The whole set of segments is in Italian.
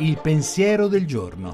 Il pensiero del giorno.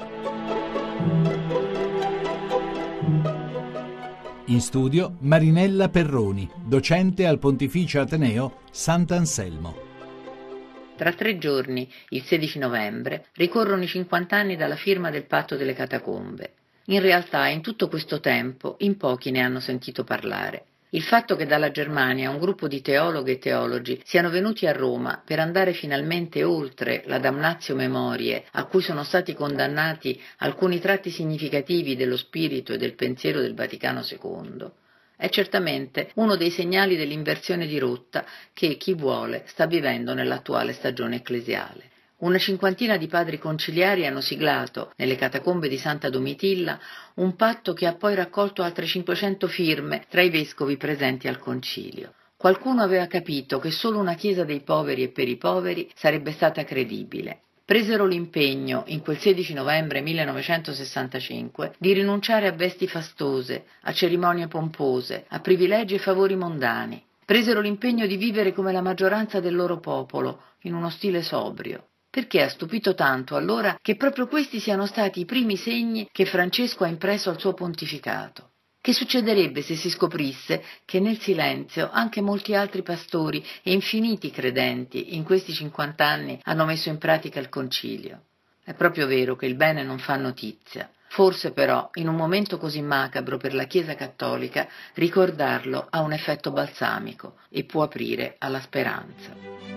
In studio Marinella Perroni, docente al Pontificio Ateneo Sant'Anselmo. Tra 3 giorni, il 16 novembre, ricorrono i 50 anni dalla firma del Patto delle Catacombe. In realtà, in tutto questo tempo, in pochi ne hanno sentito parlare. Il fatto che dalla Germania un gruppo di teologhe e teologi siano venuti a Roma per andare finalmente oltre la damnatio memoriae a cui sono stati condannati alcuni tratti significativi dello spirito e del pensiero del Vaticano II, è certamente uno dei segnali dell'inversione di rotta che chi vuole sta vivendo nell'attuale stagione ecclesiale. Una cinquantina di padri conciliari hanno siglato, nelle catacombe di Santa Domitilla, un patto che ha poi raccolto altre 500 firme tra i vescovi presenti al concilio. Qualcuno aveva capito che solo una chiesa dei poveri e per i poveri sarebbe stata credibile. Presero l'impegno, in quel 16 novembre 1965, di rinunciare a vesti fastose, a cerimonie pompose, a privilegi e favori mondani. Presero l'impegno di vivere come la maggioranza del loro popolo, in uno stile sobrio. Perché ha stupito tanto allora che proprio questi siano stati i primi segni che Francesco ha impresso al suo pontificato? Che succederebbe se si scoprisse che nel silenzio anche molti altri pastori e infiniti credenti in questi 50 anni hanno messo in pratica il concilio? È proprio vero che il bene non fa notizia. Forse però, in un momento così macabro per la Chiesa cattolica, ricordarlo ha un effetto balsamico e può aprire alla speranza.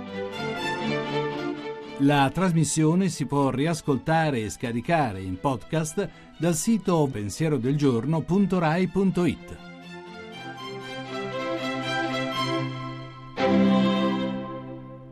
La trasmissione si può riascoltare e scaricare in podcast dal sito pensierodelgiorno.rai.it.